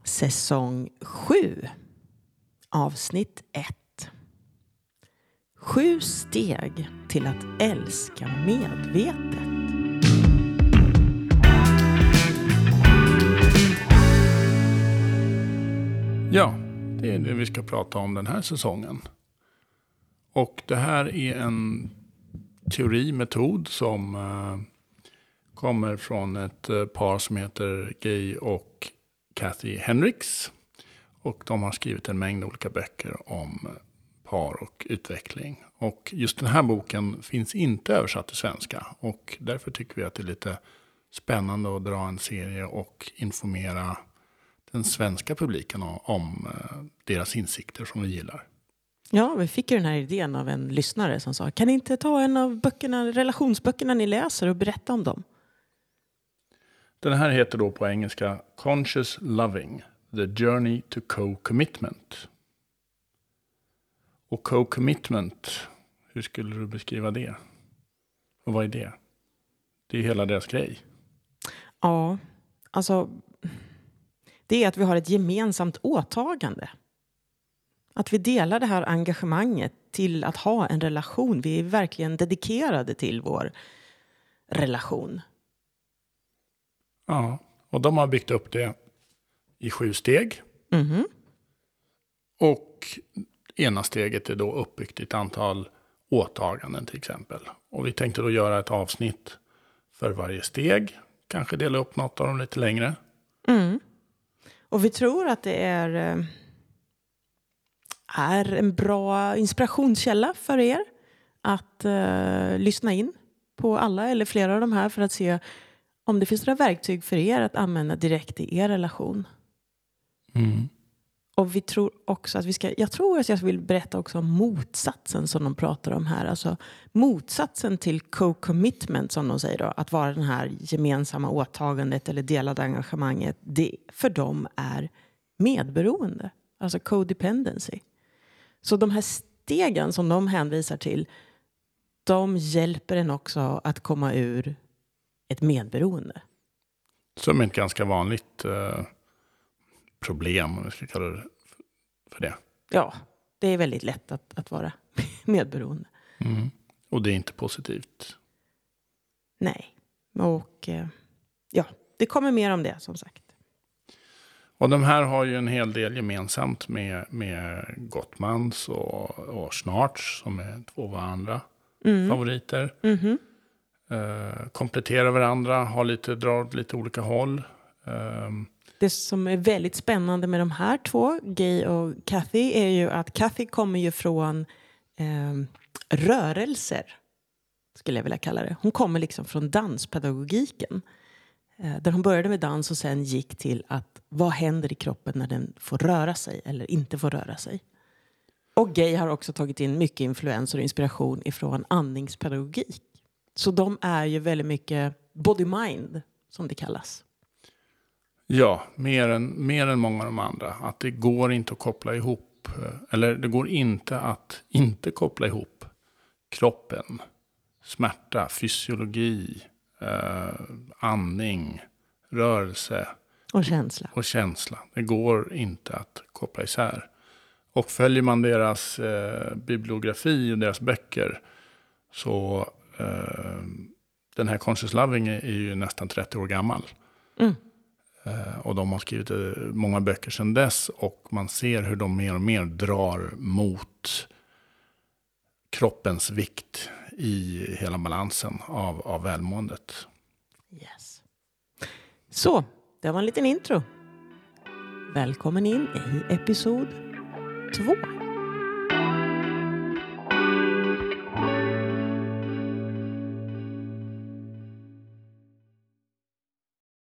Säsong 7. Avsnitt 1. 7 steg till att älska medvetet. Ja, det är det vi ska prata om den här säsongen. Och det här är en teorimetod som kommer från ett par som heter Gay och Cathy Hendricks. Och de har skrivit en mängd olika böcker om par och utveckling. Och just den här boken finns inte översatt till svenska. Och därför tycker vi att det är lite spännande att dra en serie och informera den svenska publiken om deras insikter som vi gillar. Ja, vi fick ju den här idén av en lyssnare som sa: kan ni inte ta en av böckerna, relationsböckerna ni läser och berätta om dem? Den här heter då på engelska Conscious Loving, The Journey to Co-Commitment. Och co-commitment, hur skulle du beskriva det? Och vad är det? Det är hela deras grej. Ja, alltså det är att vi har ett gemensamt åtagande. Att vi delar det här engagemanget till att ha en relation. Vi är verkligen dedikerade till vår relation. Ja, och de har byggt upp det i 7 steg. Mhm. Och ena steget är då uppbyggt i ett antal åtaganden till exempel. Och vi tänkte då göra ett avsnitt för varje steg. Kanske dela upp något av dem lite längre. Mm. Och vi tror att det är en bra inspirationskälla för er att lyssna in på alla eller flera av de här för att se om det finns några verktyg för er att använda direkt i er relation. Mm. Och vi tror också att jag tror att jag vill berätta också om motsatsen som de pratar om här. Alltså motsatsen till co-commitment som de säger då. Att vara den här gemensamma åtagandet eller delade engagemanget. Det för dem är medberoende. Alltså codependency. Så de här stegen som de hänvisar till, de hjälper en också att komma ur ett medberoende. Som är ett ganska vanligt problem, om vi ska kalla det för det. Ja, det är väldigt lätt att vara medberoende. Mm. Och det är inte positivt. Nej, och det kommer mer om det som sagt. Och de här har ju en hel del gemensamt med Gottmans och Schnarch som är 2 av andra favoriter. Mhm. Kompletterar varandra, drar lite olika håll. Det som är väldigt spännande med de här 2, Gay och Cathy, är ju att Cathy kommer ju från rörelser, skulle jag vilja kalla det. Hon kommer liksom från danspedagogiken. Där hon började med dans och sen gick till att vad händer i kroppen när den får röra sig eller inte får röra sig. Och Gay har också tagit in mycket influenser och inspiration ifrån andningspedagogik. Så de är ju väldigt mycket body-mind som det kallas. Ja, mer än många av de andra. Att det går inte att koppla ihop, eller det går inte att inte koppla ihop kroppen, smärta, fysiologi, andning, rörelse Och känsla. Det går inte att koppla isär. Och följer man deras bibliografi och deras böcker så den här Conscious Loving är ju nästan 30 år gammal. Mm. Och de har skrivit många böcker sedan dess och man ser hur de mer och mer drar mot kroppens vikt i hela balansen av välmåendet. Yes. Så, det var en liten intro. Välkommen in i episod 2.